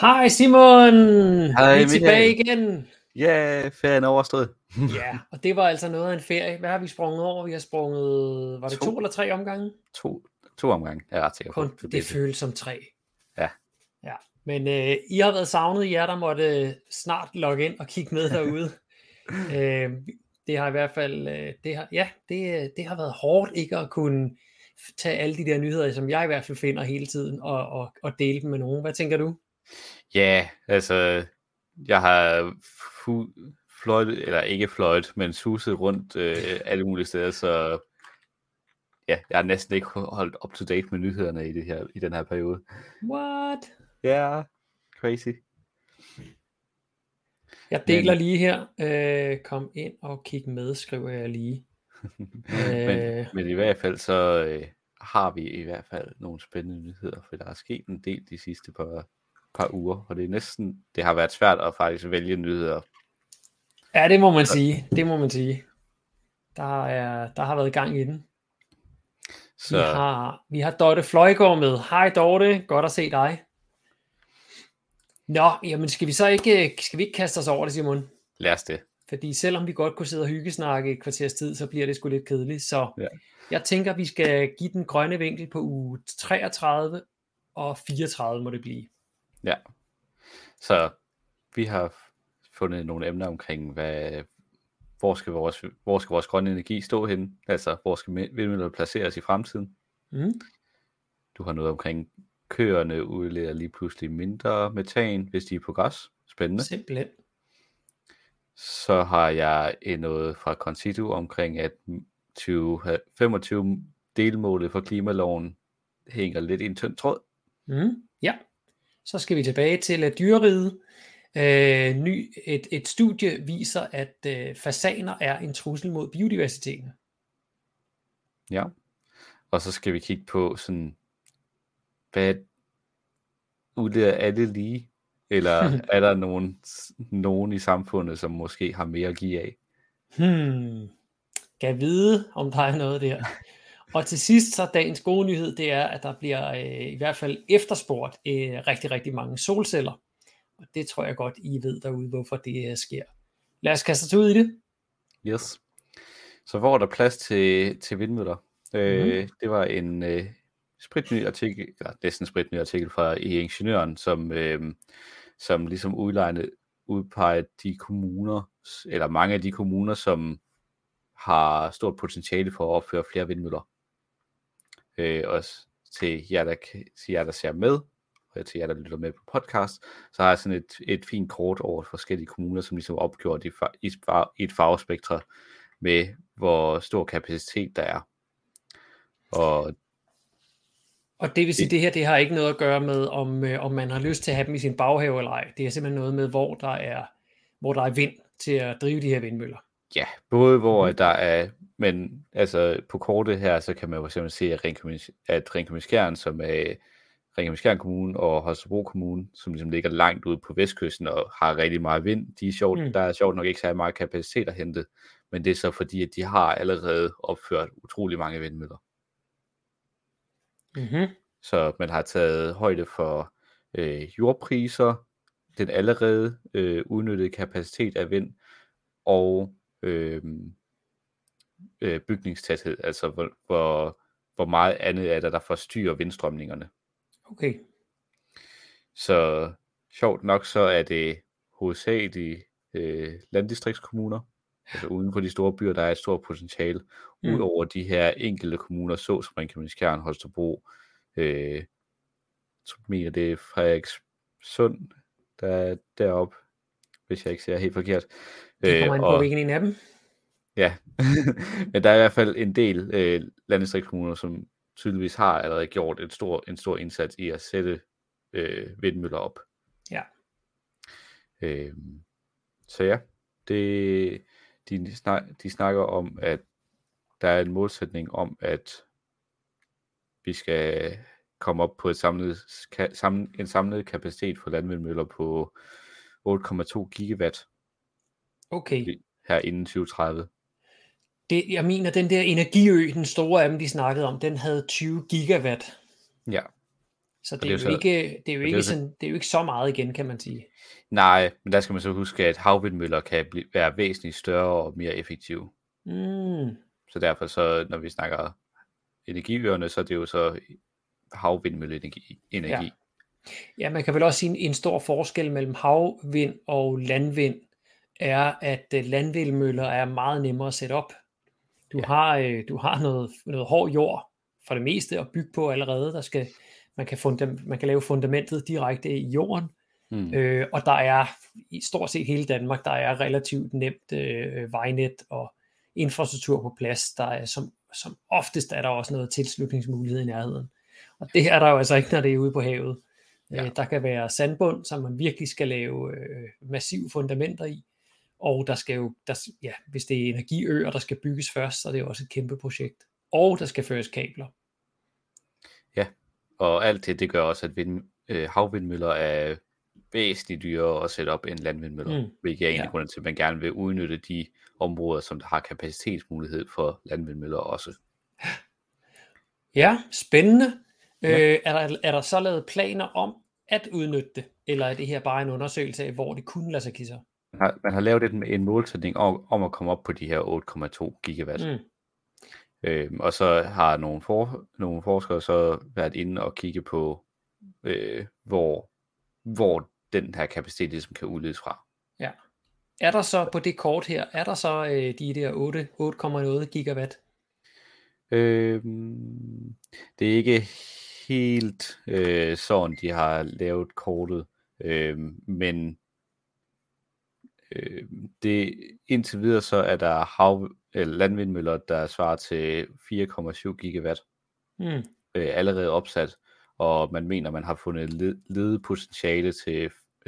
Hej Simon! Hej Vi er tilbage Michael. igen. Ja, ferien er overstået. Ja, og det var altså noget af en ferie. Hvad har vi sprunget over? Vi har sprunget, var det 2 eller 3 omgange? To omgange, jeg er ret sikker på. Det føles som 3. Ja. Ja, men I har været savnet, jer der måtte snart logge ind og kigge med derude. Det har i hvert fald, det har været hårdt ikke at kunne tage alle de der nyheder, som jeg i hvert fald finder hele tiden, og dele dem med nogen. Hvad tænker du? Ja, altså, jeg har fløjtet, eller ikke fløjtet, men suset rundt alle mulige steder, så ja, jeg har næsten ikke holdt up to date med nyhederne i den her periode. What? Ja, yeah, crazy. Jeg deler lige her. Kom ind og kig med, skriver jeg lige. men i hvert fald så har vi i hvert fald nogle spændende nyheder, for der er sket en del de sidste par uger, og det har været svært at faktisk vælge nyheder. Ja, det må man sige. Det må man sige. Der har været gang i den. Så... Vi har Dorte Fløjgaard med. Hej Dorte, godt at se dig. Nå, jamen skal vi ikke kaste os over det, Simon? Lad os det. Fordi selvom vi godt kunne sidde og hyggesnakke et kvarters tid, så bliver det sgu lidt kedeligt. Så ja. Jeg tænker, vi skal give den grønne vinkel på uge 33 og 34 må det blive. Ja, så vi har fundet nogle emner omkring, hvor skal vores grønne energi stå henne? Altså, hvor skal vindmøller placeres i fremtiden? Du har noget omkring køerne udleder lige pludselig mindre metan, hvis de er på græs. Spændende. Simpelthen. Så har jeg noget fra Concito omkring, at 2025 delmålet for klimaloven hænger lidt i en tynd tråd. Ja, så skal vi tilbage til dyreriget. Et studie viser, at fasaner er en trussel mod biodiversiteten. Ja, og så skal vi kigge på sådan, hvad udleder alle lige, eller er der nogen i samfundet, som måske har mere at give af? Kan vide, om der er noget der. Og til sidst så dagens gode nyhed, det er, at der bliver i hvert fald efterspurgt rigtig, rigtig mange solceller. Og det tror jeg godt, I ved derude, hvorfor det sker. Lad os kaste os ud i det. Yes. Så hvor er der plads til vindmøller? Det var en spritny artikel, eller næsten spritny artikel fra Ingeniøren, som ligesom udpeger de kommuner, eller mange af de kommuner, som har stort potentiale for at opføre flere vindmøller. Også til jer, der ser med, og til jer, der lytter med på podcast, så har jeg sådan et fint kort over forskellige kommuner, som ligesom opgjort i et farvespektre med, hvor stor kapacitet der er. Og det vil sige, det her, det har ikke noget at gøre med, om man har lyst til at have dem i sin baghave eller ej. Det er simpelthen noget med, hvor der er vind til at drive de her vindmøller. Ja, både hvor der er, men altså på kortet her, så kan man jo simpelthen se, at Ringkøbing-Skjern, som er Ringkøbing-Skjern Kommune og Holstebro Kommune, som ligesom ligger langt ude på vestkysten og har rigtig meget vind, der er sjovt nok ikke så meget kapacitet at hente, men det er så fordi, at de har allerede opført utrolig mange vindmøller. Så man har taget højde for jordpriser, den allerede udnyttede kapacitet af vind, og bygningstæthed, altså hvor meget andet er der forstyrrer vindstrømningerne. Okay. Så sjovt nok, så er det hovedsageligt landdistriktskommuner, altså uden for de store byer, der er et stort potentiale, udover de her enkelte kommuner, så som Ringkøbing-Skjern, Holstebro, jeg mener det er Frederikssund, der er deroppe, hvis jeg ikke ser helt forkert. Det kommer an på, hvilken en af dem. Ja, men der er i hvert fald en del landdistriktskommuner, som tydeligvis har allerede gjort en stor indsats i at sætte vindmøller op. Ja. Så ja, de snakker om, at der er en målsætning om, at vi skal komme op på en samlet kapacitet for landvindmøller på 8,2 gigawatt. Okay. Her inden 2030. Jeg mener, den der energiø, den store af dem, de snakkede om, den havde 20 gigawatt. Ja. Så Og det er det jo er jo så, ikke, det er jo og det er ikke jo så, sådan, det er jo ikke så meget igen, kan man sige. nej, men der skal man så huske, at havvindmøller kan være væsentligt større og mere effektive. Mm, Så derfor så, når vi snakker energiøerne, så er det jo så havvindmølleenergi. ja. Energi. Ja, man kan vel også sige, en stor forskel mellem havvind og landvind er, at landvindmøller er meget nemmere at sætte op. Du Ja. har noget hård jord for det meste at bygge på allerede. Man kan lave fundamentet direkte i jorden, og der er i stort set hele Danmark, der er relativt nemt vejnet og infrastruktur på plads. Der er som oftest er der også noget tilslutningsmulighed i nærheden. Og det er der jo altså ikke, når det er ude på havet. Ja. Der kan være sandbund, som man virkelig skal lave massive fundamenter i. Og der skal jo, hvis det er energiøer, der skal bygges først, så er det jo også et kæmpe projekt. Og der skal føres kabler. Ja, og alt det gør også, at havvindmøller er væsentligt dyrere at sætte op end landvindmøller, hvilket er en af grunden til, at man gerne vil udnytte de områder, som der har kapacitetsmulighed for landvindmøller også. Ja, spændende. Ja. Er der så lavet planer om at udnytte det, eller er det her bare en undersøgelse af, hvor det kunne lade sig give sig? Man har lavet en målsætning om at komme op på de her 8,2 gigawatt. Og så har nogle forskere så været inde og kigge på, hvor den her kapacitet ligesom kan udledes fra. Ja. Er der så på det kort her, er der så de der 8,0 gigawatt? Det er ikke helt sådan, de har lavet kortet, men det indtil videre så er der landvindmøller, der svarer til 4,7 gigawatt allerede opsat, og man mener, man har fundet ledigt potentiale til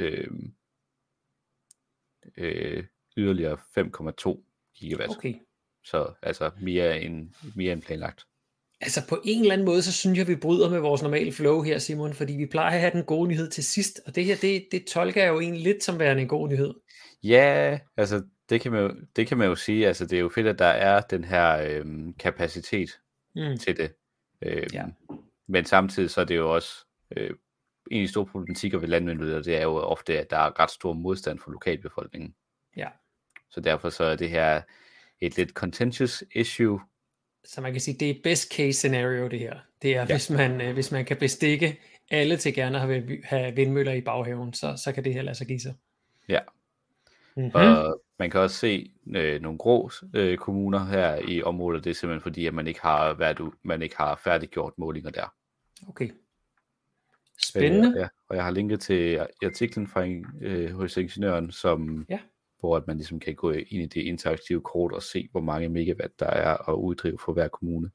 yderligere 5,2 gigawatt. Okay. Så altså mere end planlagt. Altså på en eller anden måde, så synes jeg, vi bryder med vores normale flow her, Simon, fordi vi plejer at have den gode nyhed til sidst, og det her, det tolker jeg jo egentlig lidt som værende en god nyhed. Ja, altså det kan man jo sige, altså det er jo fedt, at der er den her kapacitet til det. Men samtidig så er det jo også en af de store problematikker ved landvindmøller, det er jo ofte, at der er ret stor modstand fra lokalbefolkningen. Ja. Så derfor så er det her et lidt contentious issue. Så man kan sige, det er best case scenario det her. Det er, hvis man kan bestikke alle til gerne at have vindmøller i baghaven, så kan det her lade sig give sig. Ja. Og man kan også se nogle grå kommuner her i området, det er simpelthen fordi, at man ikke har færdiggjort målinger der. Okay. Spændende. Ja, og jeg har linket til artiklen fra hos ingeniøren, hvor at man ligesom kan gå ind i det interaktive kort og se, hvor mange megawatt der er at uddrive for hver kommune.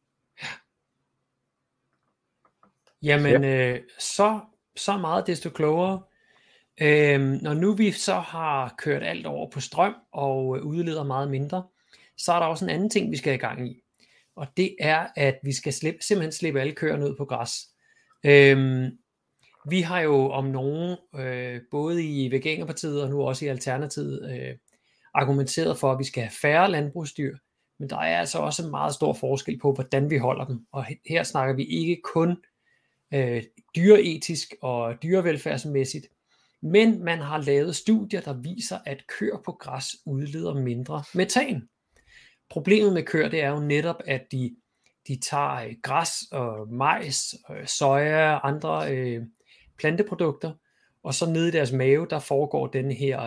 Jamen, så meget desto klogere. Når nu vi så har kørt alt over på strøm og udleder meget mindre, så er der også en anden ting, vi skal i gang i. Og det er, at vi skal simpelthen slippe alle køerne ud på græs. Vi har jo om nogen, både i Veganerpartiet og nu også i Alternativet, argumenteret for, at vi skal have færre landbrugsdyr, men der er altså også en meget stor forskel på, hvordan vi holder dem. Og her snakker vi ikke kun dyreetisk og dyrevelfærdsmæssigt, men man har lavet studier, der viser, at køer på græs udleder mindre metan. Problemet med køer, det er jo netop, at de tager græs og majs, soja og andre planteprodukter, og så nede i deres mave, der foregår den her,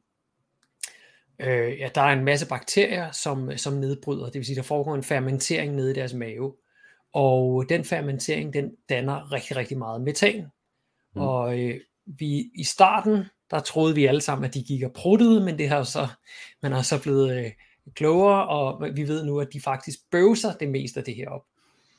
der er en masse bakterier, som nedbryder, det vil sige, der foregår en fermentering nede i deres mave, og den fermentering, den danner rigtig, rigtig meget metan, og i starten, der troede vi alle sammen, at de gik og pruttede, men man har så blevet klogere, og vi ved nu, at de faktisk bøvser det meste af det her op.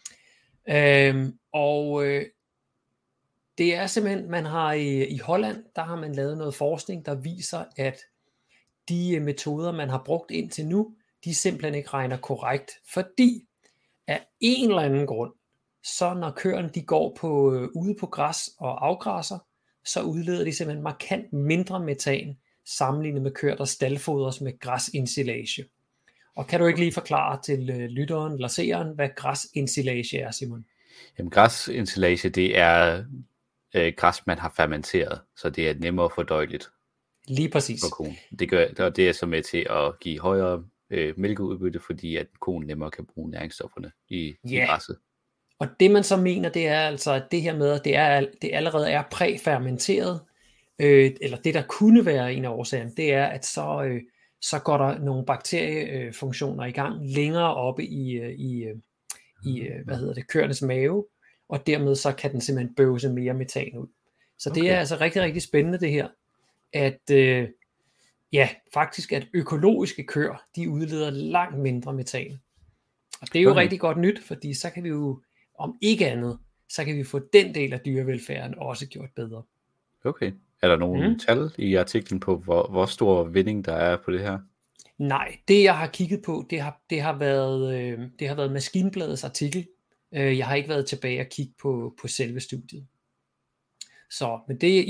Det er simpelthen, man har i Holland, der har man lavet noget forskning, der viser, at de metoder, man har brugt indtil nu, de simpelthen ikke regner korrekt, fordi af en eller anden grund, så når køerne de går ude på græs og afgræsser, så udleder de simpelthen markant mindre metan, sammenlignet med køer, der staldfodres med græsinsilage. Og kan du ikke lige forklare til lytteren eller seeren, hvad græsinsilage er, Simon? Jamen græsinsilage, det er græs, man har fermenteret, så det er nemmere fordøjeligt Lige præcis. for koen. Og det er så med til at give højere mælkeudbytte, fordi at koen nemmere kan bruge næringsstofferne i græsset. Og det man så mener, det er altså, at det her med, at det allerede er præfermenteret, eller det der kunne være en af årsagerne, det er, at så går der nogle bakteriefunktioner i gang længere oppe i køernes mave, og dermed så kan den simpelthen bøvse mere metan ud. Så det er altså rigtig, rigtig spændende det her, at faktisk at økologiske køer, de udleder langt mindre metan. Og det er jo rigtig godt nyt, fordi så kan vi jo, om ikke andet, så kan vi få den del af dyrevelfærden også gjort bedre. Okay. Er der nogle tal i artiklen på, hvor stor vinding der er på det her? Nej, det jeg har kigget på, det har været Maskinbladets artikel. Jeg har ikke været tilbage og kigge på selve studiet. Så, men det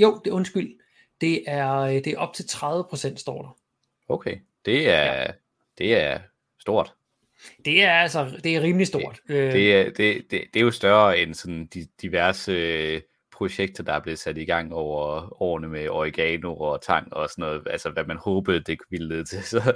er op til 30% står der. Okay, det er stort. Det er rimelig stort. Det er jo større end sådan de diverse projekter, der er blevet sat i gang over årene med oregano og tang og sådan noget, altså hvad man håbede, det ville lede til. Så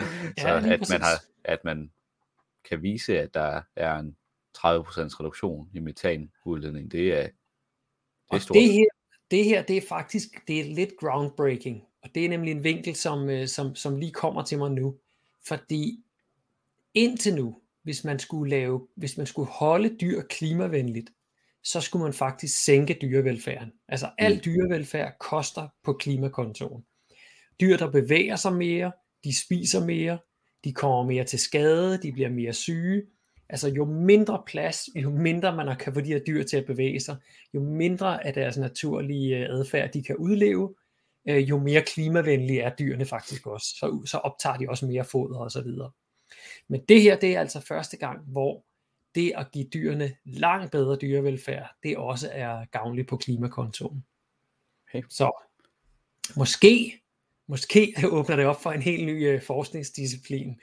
at man kan vise, at der er en 30% reduktion i metanudledning, det er stort. Det her, det er lidt groundbreaking, og det er nemlig en vinkel, som lige kommer til mig nu, fordi indtil nu, hvis man skulle holde dyr klimavenligt, så skulle man faktisk sænke dyrevelfærden. Altså al dyrevelfærd koster på klimakontoen. Dyr, der bevæger sig mere, de spiser mere, de kommer mere til skade, de bliver mere syge. Altså jo mindre plads, jo mindre man kan få de her dyr til at bevæge sig, jo mindre af deres naturlige adfærd de kan udleve, jo mere klimavenlige er dyrene faktisk også. Så optager de også mere foder og så videre. Men det her, det er altså første gang, hvor det at give dyrene langt bedre dyrevelfærd, det også er gavnligt på klimakontoen. Okay. Så måske åbner det op for en helt ny forskningsdisciplin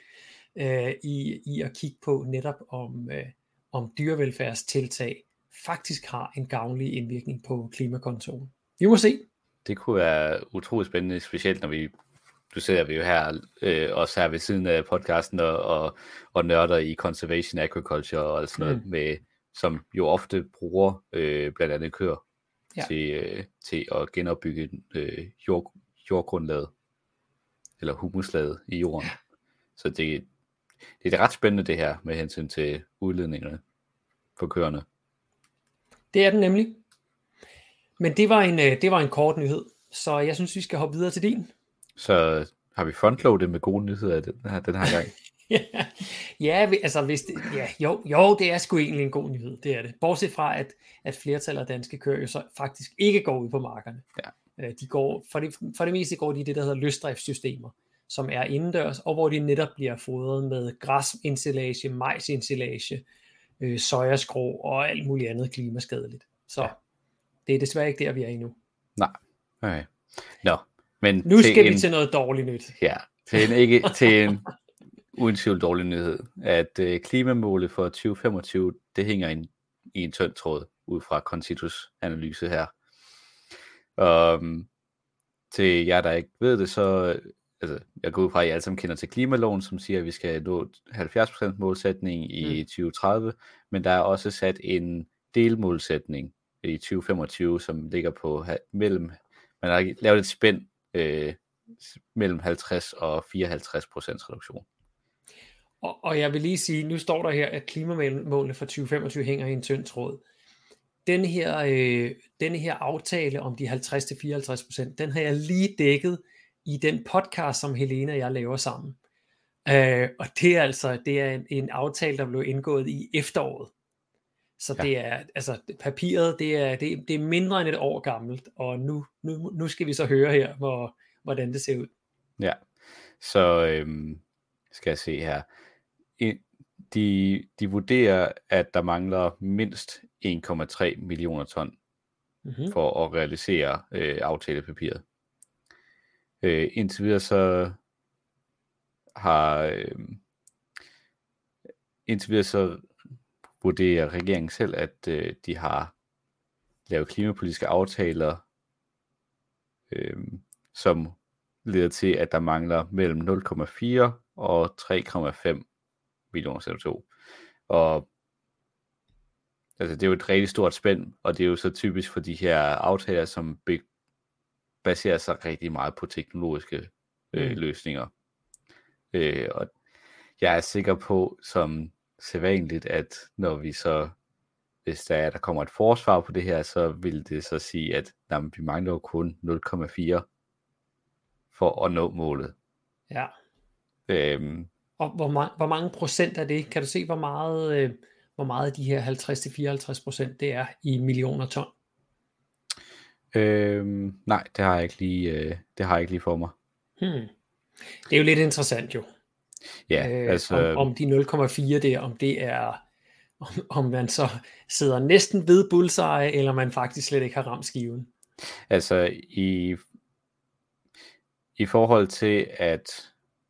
i at kigge på netop om dyrevelfærdstiltag faktisk har en gavnlig indvirkning på klimakontoen. Vi må se. Det kunne være utroligt spændende, specielt når du ser vi jo her, også her ved siden af podcasten og nørder i conservation agriculture og sådan noget, med, som jo ofte bruger blandt andet køer til at genopbygge jordgrundlaget, eller humuslaget i jorden. Ja. Så det er ret spændende det her, med hensyn til udledningerne på køerne. Det er den nemlig. Men det var en kort nyhed, så jeg synes, vi skal hoppe videre til din. Så har vi frontloadet med gode nyheder den her gang? Det er sgu egentlig en god nyhed, det er det. Bortset fra, at flertallet af danske køer jo så faktisk ikke går ud på markerne. Ja. De går, for det meste går de i det, der hedder løsdriftssystemer, som er indendørs, og hvor de netop bliver fodret med græsinsilage, majsinsilage, sojaskrå og alt muligt andet klimaskadeligt. Så det er desværre ikke der, vi er endnu. Nej. Okay. Nå. Men nu skal vi til noget dårligt nyt. Ja, til en uden tvivl dårlig nyhed, at klimamålet for 2025, det hænger i en tynd tråd ud fra Contitus analyse her. Til jer, der ikke ved det, så jeg går ud fra, at I alle sammen kender til klimaloven, som siger, at vi skal nå 70% målsætning i 2030, men der er også sat en delmålsætning i 2025, som ligger på man har lavet et spænd mellem 50 og 54% reduktion. Og jeg vil lige sige, nu står der her, at klimamålene for 2025 hænger i en tynd tråd. Denne her aftale om de 50-54%, den har jeg lige dækket i den podcast, som Helena og jeg laver sammen. Og det er en aftale, der blev indgået i efteråret. Så det er, papiret, det er mindre end et år gammelt, og nu skal vi så høre her, hvordan det ser ud. Ja, så skal jeg se her. De vurderer, at der mangler mindst 1,3 millioner ton for at realisere aftalepapiret. Indtil videre så vurderer regeringen selv, at de har lave klimapolitiske aftaler, som leder til, at der mangler mellem 0,4 og 3,5 millioner CO2. Og altså, det er jo et rigtig stort spænd, og det er jo så typisk for de her aftaler, som baserer sig rigtig meget på teknologiske løsninger. Og jeg er sikker på, som sædvanligt, at når vi så, hvis der kommer et forsvar på det her, så vil det så sige, at vi mangler jo kun 0,4 for at nå målet. Ja. Og hvor mange procent af det? Kan du se, hvor meget af de her 50-54% det er i millioner ton? Nej, det har jeg ikke lige for mig. Det er jo lidt interessant jo. Ja, altså om de 0,4 der, om det er, om man så sidder næsten ved bullseye, eller man faktisk slet ikke har ramt skiven. Altså i forhold til at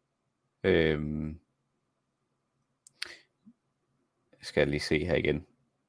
skal jeg lige se her igen.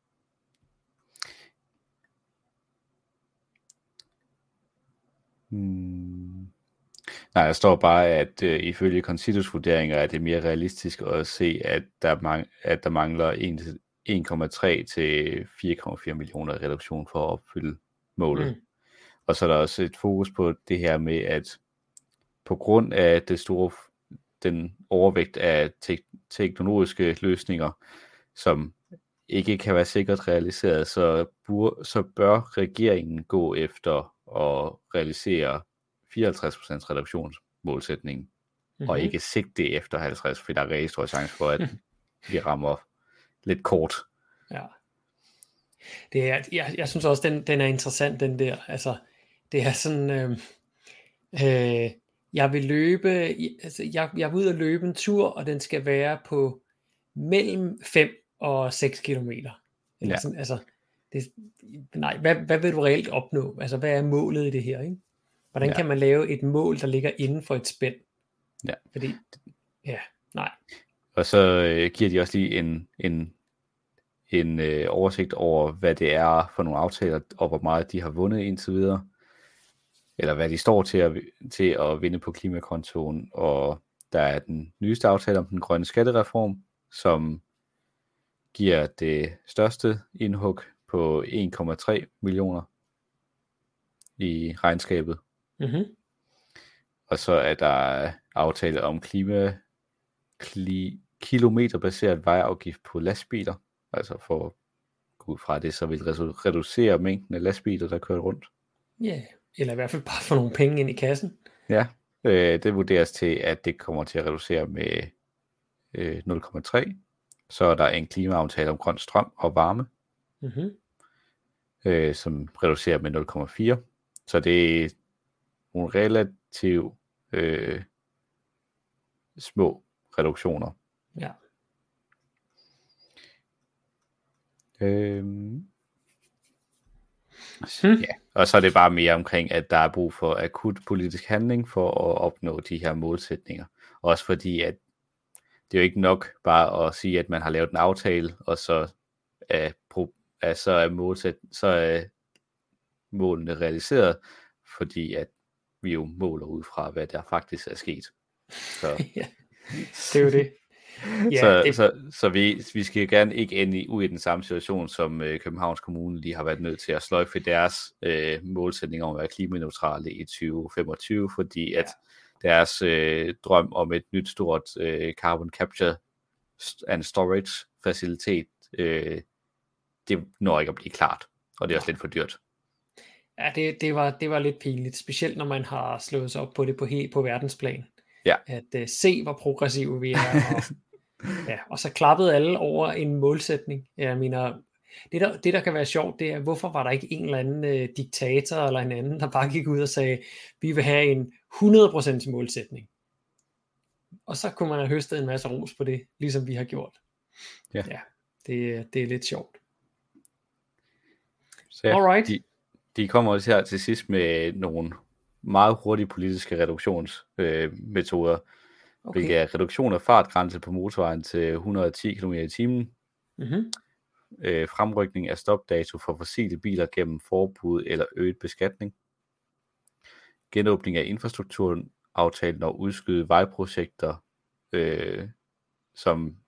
Nej, der står bare, at ifølge Concitos vurderinger er det mere realistisk at se, at der mangler 1,3 til 4,4 millioner reduktion for at opfylde målet. Og så er der også et fokus på det her med, at på grund af den overvægt af teknologiske løsninger, som ikke kan være sikkert realiseret, så bør regeringen gå efter at realisere 54% reduktionsmålsætningen, og ikke sigte efter 50, for der er rigtig stor chance for, at vi rammer lidt kort. Ja. Det er, jeg synes også, den er interessant, den der. Altså, det er sådan, jeg vil løbe, altså jeg vil ud og løbe en tur, og den skal være på mellem 5 og 6 kilometer. Eller sådan, altså, hvad vil du reelt opnå? Altså, hvad er målet i det her, ikke? Hvordan kan man lave et mål, der ligger inden for et spænd? Ja. Fordi, Og så giver de også lige en oversigt over, hvad det er for nogle aftaler, og hvor meget de har vundet indtil videre. Eller hvad de står til at vinde på klimakontoen. Og der er den nyeste aftale om den grønne skattereform, som giver det største indhug på 1,3 millioner i regnskabet. Og så er der aftale om kilometerbaseret vejafgift på lastbiler, altså for at gå ud fra det, så vil reducere mængden af lastbiler, der kører rundt. Ja, eller i hvert fald bare få nogle penge ind i kassen. Ja, det vurderes til, at det kommer til at reducere med 0,3. Så er der en klimaaftale om grøn strøm og varme, som reducerer med 0,4. Så det er nogle relativt små reduktioner. Ja. Ja, og så er det bare mere omkring, at der er brug for akut politisk handling for at opnå de her målsætninger. Også fordi, at det er jo ikke nok bare at sige, at man har lavet en aftale, og så er målene realiseret, fordi at vi jo måler ud fra, hvad der faktisk er sket. Så. Ja, det er jo det. Ja, så vi skal gerne ikke ende ud i den samme situation, som Københavns Kommune lige har været nødt til at sløjfe deres målsætning om at være klimaneutrale i 2025, fordi at deres drøm om et nyt stort carbon capture and storage facilitet, det når ikke at blive klart, og det er også lidt for dyrt. Ja, det var lidt pinligt, specielt når man har slået sig op på det på verdensplan. Ja. At se, hvor progressive vi er, og så klappede alle over en målsætning. Jeg mener, det der kan være sjovt, det er, hvorfor var der ikke en eller anden diktator eller en anden, der bare gik ud og sagde, vi vil have en 100% målsætning. Og så kunne man have høstet en masse ros på det, ligesom vi har gjort. Ja, det er lidt sjovt. Så alright. De kommer også her til sidst med nogle meget hurtige politiske reduktionsmetoder, hvilket er reduktion af fartgrænse på motorvejen til 110 km i timen, fremrykning af stopdato for fossile biler gennem forbud eller øget beskatning, genåbning af infrastrukturen, aftalen og udskyde vejprojekter, som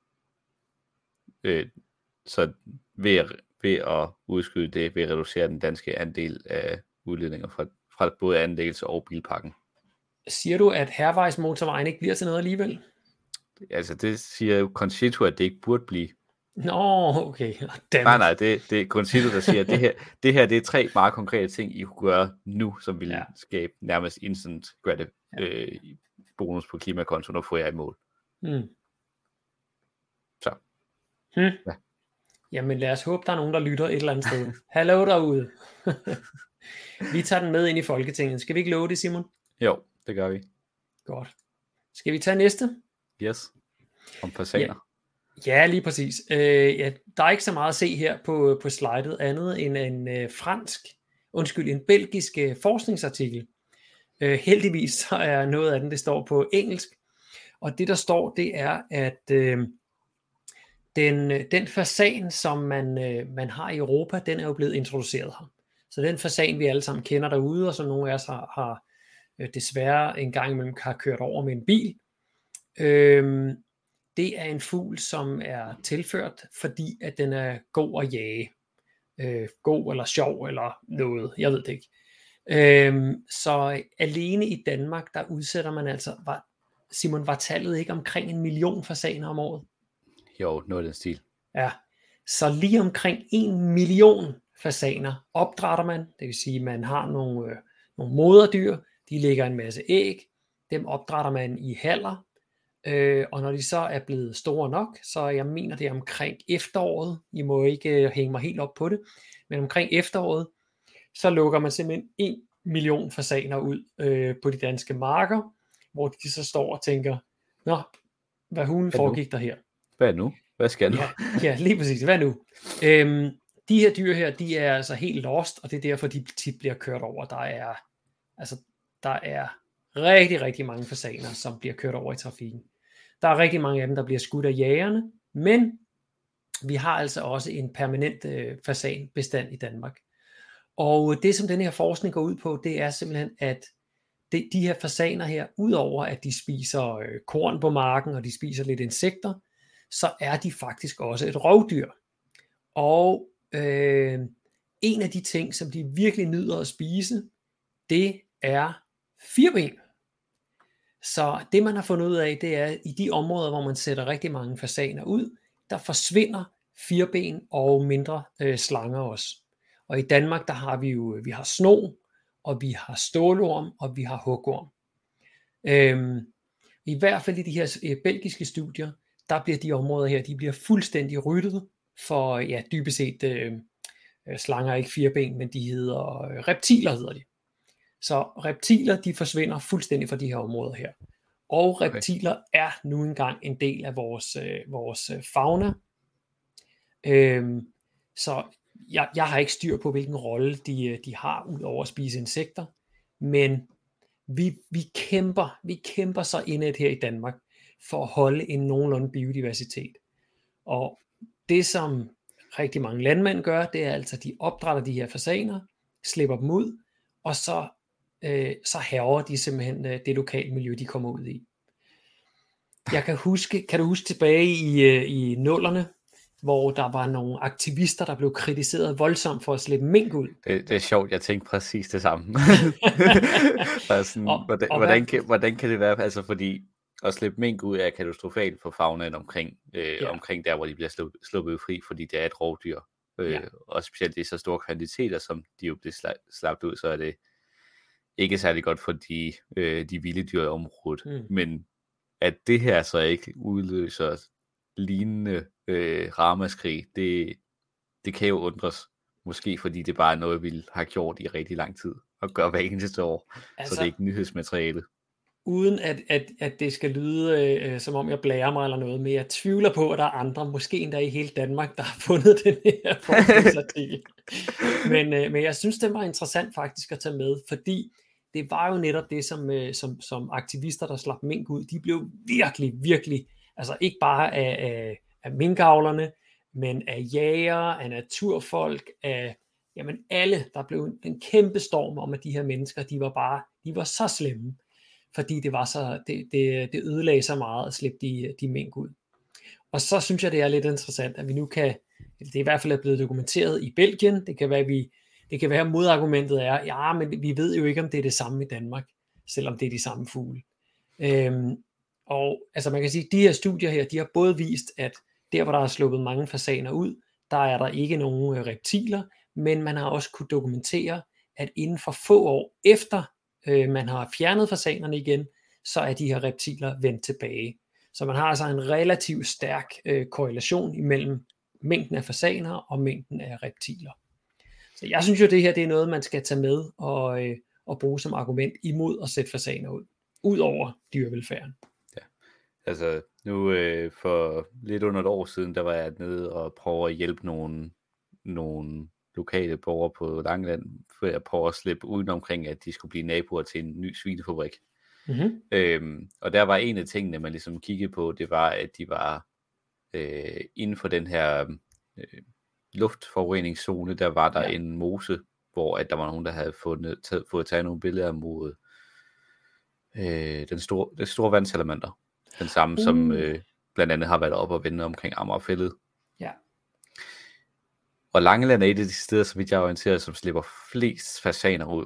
så ved at udskyde det, vil reducere den danske andel af udledninger fra både andels- og bilpakken. Siger du, at Hærvejsmotorvejen ikke bliver til noget alligevel? Altså det siger jo Concito, at det ikke burde blive. Nå, okay. Nej, det er Concito, der siger, at det her det er 3 meget konkrete ting, I kunne gøre nu, som vil skabe nærmest instant bonus på klimakontoen, og få jer i mål. Så. Ja. Jamen lad os håbe, der er nogen, der lytter et eller andet sted. Hallo derude. Vi tager den med ind i Folketinget. Skal vi ikke love det, Simon? Jo, det gør vi. Godt. Skal vi tage næste? Yes. Om fasaner. Ja, lige præcis. Der er ikke så meget at se her på slidet andet end en belgisk forskningsartikel. Heldigvis så er noget af det står på engelsk. Og det der står, det er, at den fasan, som man har i Europa, den er jo blevet introduceret her. Så den fasan, vi alle sammen kender derude, og som nogle af os har desværre en gang imellem har kørt over med en bil, det er en fugl, som er tilført, fordi at den er god at jage. God eller sjov eller noget, jeg ved det ikke. Så alene i Danmark, der udsætter man altså, Simon, var tallet ikke omkring 1 million fasaner om året? Jo, noget af den stil. Ja, så lige omkring 1 million fasaner opdrætter man, det vil sige, at man har nogle moderdyr, de lægger en masse æg, dem opdrætter man i haller, og når de så er blevet store nok, så jeg mener det er omkring efteråret, I må ikke hænge mig helt op på det, men omkring efteråret, så lukker man simpelthen 1 million fasaner ud på de danske marker, hvor de så står og tænker, nå, hvad hulen foregik der her? Hvad nu? Hvad skal nu? Ja, lige præcis. Hvad nu? De her dyr her, de er altså helt lost, og det er derfor, de tit bliver kørt over. Der er rigtig, rigtig mange fasaner, som bliver kørt over i trafikken. Der er rigtig mange af dem, der bliver skudt af jægerne, men vi har altså også en permanent fasanbestand i Danmark. Og det, som den her forskning går ud på, det er simpelthen, at de her fasaner her, udover at de spiser korn på marken, og de spiser lidt insekter, så er de faktisk også et rovdyr. Og en af de ting, som de virkelig nyder at spise, det er firben. Så det man har fundet ud af, det er, at i de områder, hvor man sætter rigtig mange fasaner ud, der forsvinder firben og mindre slanger også. Og i Danmark, der har vi har sno, og vi har stålorm, og vi har hugorm. I hvert fald i de her belgiske studier, der bliver de områder her, de bliver fuldstændig ryddet for, ja, dybest set slanger er ikke firben, men de hedder reptiler hedder de. Så reptiler, de forsvinder fuldstændig fra de her områder her. Og reptiler er nu engang en del af vores fauna. Så jeg har ikke styr på, hvilken rolle de har, ud over at spise insekter. Men vi kæmper så indet her i Danmark, for at holde en nogenlunde biodiversitet. Og det, som rigtig mange landmænd gør, det er altså, at de opdrætter de her fasaner, slipper dem ud, og så hærger de simpelthen det lokale miljø, de kommer ud i. Kan du huske tilbage i 00'erne, hvor der var nogle aktivister, der blev kritiseret voldsomt for at slippe mink ud? Det er sjovt, jeg tænkte præcis det samme. Hvordan kan det være? Altså fordi at slippe mink ud er katastrofalt for faunaen omkring der, hvor de bliver sluppet fri, fordi det er et rovdyr. Og specielt i så store kvantiteter, som de jo bliver slappet ud, så er det ikke særlig godt for de vilde dyr i området. Men at det her så ikke udløser lignende ramaskrig, det kan jo undres. Måske fordi det bare er noget, vi har gjort i rigtig lang tid, og gør hver eneste år. Altså, så det er ikke nyhedsmateriale. Uden at det skal lyde, som om jeg blærer mig eller noget, men jeg tvivler på, at der er andre, måske endda i hele Danmark, der har fundet den her forskningsartikel. men jeg synes, det var interessant faktisk at tage med, fordi det var jo netop det, som aktivister, der slap mink ud, de blev virkelig, virkelig, altså ikke bare af minkavlerne, men af jæger, af naturfolk, af jamen alle. Der blev en kæmpe storm om, at de her mennesker, de var så slemme, fordi det ødelagde så meget at slippe de mink ud. Og så synes jeg, det er lidt interessant, at vi nu kan, det er i hvert fald blevet dokumenteret i Belgien, det kan være modargumentet er, ja, men vi ved jo ikke, om det er det samme i Danmark, selvom det er de samme fugle. Og altså man kan sige, at de her studier her, de har både vist, at der hvor der er sluppet mange fasaner ud, der er der ikke nogen reptiler, men man har også kunne dokumentere, at inden for få år efter man har fjernet fasanerne igen, så er de her reptiler vendt tilbage. Så man har altså en relativt stærk korrelation imellem mængden af fasaner og mængden af reptiler. Så jeg synes jo, det her det er noget, man skal tage med og bruge som argument imod at sætte fasaner ud over dyrevelfærden. Ja, altså nu for lidt under et år siden, der var jeg nede og prøve at hjælpe nogle lokale borgere på Langeland, for at prøve at slippe uden omkring, at de skulle blive naboer til en ny svinefabrik. Mm-hmm. Og der var en af tingene, man ligesom kiggede på, det var, at de var inden for den her luftforureningszone, der var der en mose, hvor at der var nogen, der havde fået taget nogle billeder mod den store vandsalamander. Den samme, som blandt andet har været op og vende omkring Amagerfællet. Ja. Og Langeland er et af de steder, som jeg er orienteret, som slipper flest fasaner ud.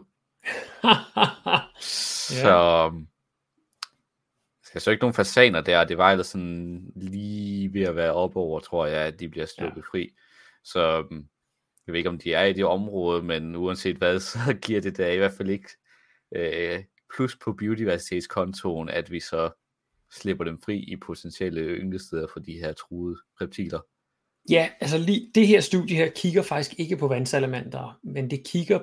Så ikke nogen fasaner der, det var ellers sådan lige ved at være op over, tror jeg, at de bliver sluppet fri. Så jeg ved ikke, om de er i det område, men uanset hvad, så giver det da i hvert fald ikke plus på biodiversitetskontoen, at vi så slipper dem fri i potentielle ynglesteder for de her truede reptiler. Ja, altså lige det her studie her kigger faktisk ikke på vandsalamander, men det kigger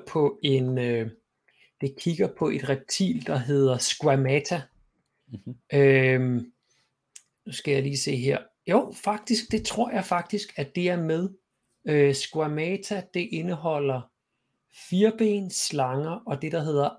på et reptil, der hedder Squamata. Mm-hmm. Nu skal jeg lige se her. Jo, faktisk, det tror jeg faktisk, at det er med. Squamata, det indeholder fireben, slanger og det, der hedder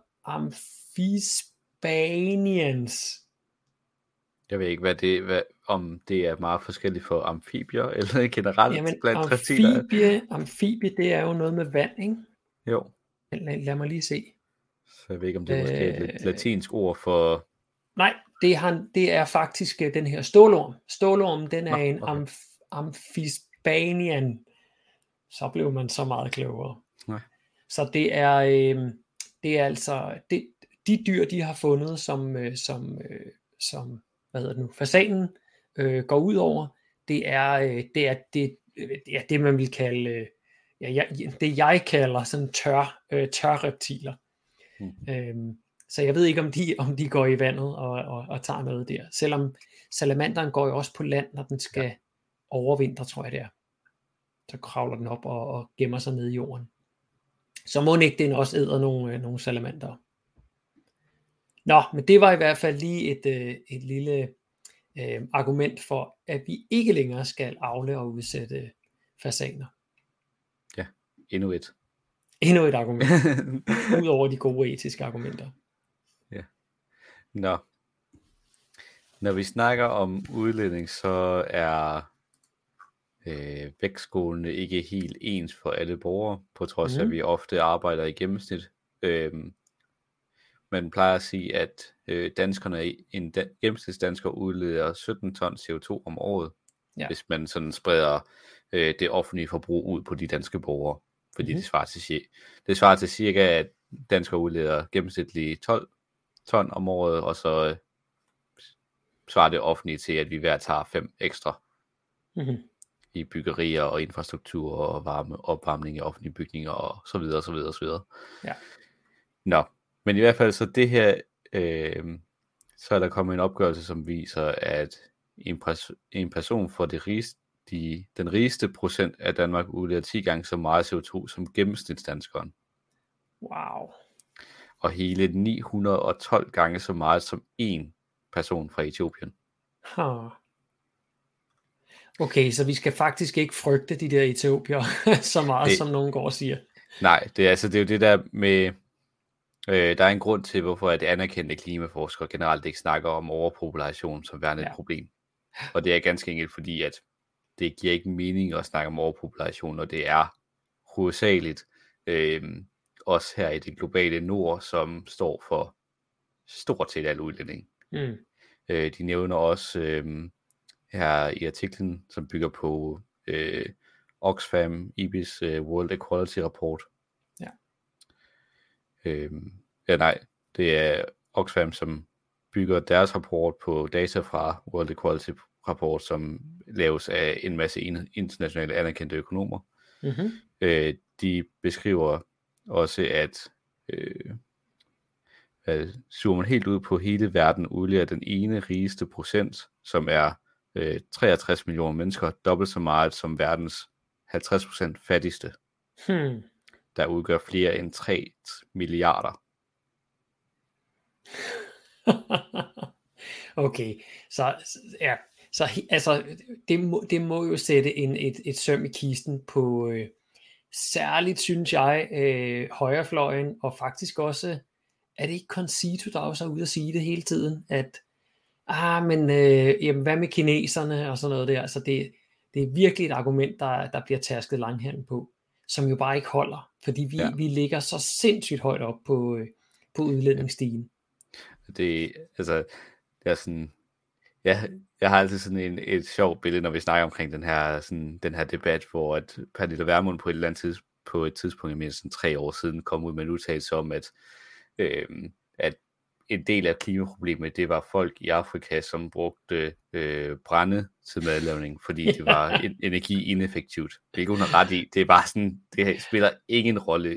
Amphispanians. Jeg ved ikke, om det er meget forskelligt for amfibier, eller generelt. Jamen, blandt reptiler. Amfibie, det er jo noget med vand, ikke? Jo. Lad mig lige se. Så jeg ved ikke, om det er måske et latinsk ord for... Nej, det er faktisk den her stålorm. Stålormen, den er en Amphispanian. Så blev man så meget klogere. Nej. Så det er altså de dyr, de har fundet, som hvad hedder det nu, fasanen går ud over, det er det man vil kalde det jeg kalder sådan tør reptiler. Så jeg ved ikke om de går i vandet og tager noget der, selvom salamanderen går jo også på land, når den skal overvintre, tror jeg det er. Så kravler den op og gemmer sig nede i jorden. Så må ikke den også æder nogle salamander. Nå, men det var i hvert fald lige et lille argument for, at vi ikke længere skal avle og udsætte fasaner. Ja, endnu et argument. Udover de gode etiske argumenter. Ja. Nå. Når vi snakker om udledning, så er vægtskålene ikke helt ens for alle borgere, på trods af, at vi ofte arbejder i gennemsnit. Man plejer at sige, at gennemsnitsdansker udleder 17 ton CO2 om året, hvis man sådan spreder det offentlige forbrug ud på de danske borgere. Fordi det svarer til cirka, at danskere udleder gennemsnitligt 12 ton om året, og så svarer det offentlige til, at vi hver tager 5 ekstra i byggerier og infrastruktur og opvarmning i offentlige bygninger og så videre, så videre, så videre. Ja. Nå, men i hvert fald så det her, så er der kommet en opgørelse, som viser, at en person for den rigeste procent af Danmark udleder 10 gange så meget CO2 som gennemsnitsdanskeren. Wow. Og hele 912 gange så meget som en person fra Etiopien. Okay, så vi skal faktisk ikke frygte de der etiopier så meget, som nogen går og siger. Nej, det er jo det der med, der er en grund til, hvorfor at anerkendte klimaforskere generelt ikke snakker om overpopulation som værende et problem. Og det er ganske enkelt fordi, at det giver ikke mening at snakke om overpopulation, og det er hovedsageligt også her i det globale nord, som står for stort set al udledning. De nævner også her i artiklen, som bygger på Oxfam IBIS World Equality Report. Det er Oxfam, som bygger deres rapport på data fra World Equality Report, som laves af en masse internationale anerkendte økonomer. De beskriver også, at zoomer man helt ud på hele verden, udleder den ene rigeste procent, som er 63 millioner mennesker, dobbelt så meget som verdens 50% fattigste, der udgør flere end 3 milliarder. Okay, så altså, det må jo sætte et søm i kisten på særligt, synes jeg, højrefløjen, og faktisk også, er det ikke Concito, der også er ude at sige det hele tiden, at jamen, hvad med kineserne og sådan noget der, så det er virkelig et argument, der bliver tærsket langhand på, som jo bare ikke holder, fordi vi ligger så sindssygt højt op på udledningsstigen. Det er sådan, jeg har altid sådan et sjovt billede, når vi snakker omkring den her debat, hvor at Pernille Vermund på et tidspunkt i mindst 3 år siden kom ud med en udtalelse om, at en del af klimaproblemet, det var folk i Afrika, som brugte brænde til madlavning, fordi det var energi ineffektivt. Hvilket hun har ret i. Det er bare sådan, det spiller ingen rolle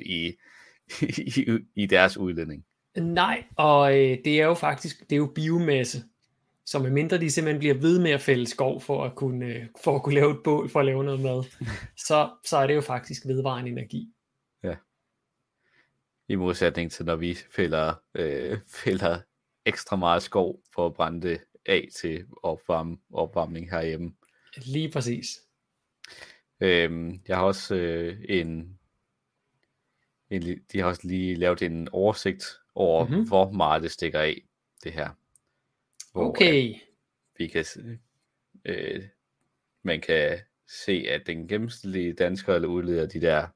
i deres udledning. Nej, og det er jo faktisk, det er jo biomasse, så medmindre de simpelthen bliver ved med at fælde skov for at kunne lave et bål, for at lave noget mad, så er det jo faktisk vedvarende energi. Ja. I modsætning til når vi fælder ekstra meget skov for at brænde det af til opvarmning herhjemme. Lige præcis. Jeg har også de har også lige lavet en oversigt over, hvor meget det stikker af, det her. Okay. Vi kan, man kan se, at den gennemsnitlige dansker udleder de der,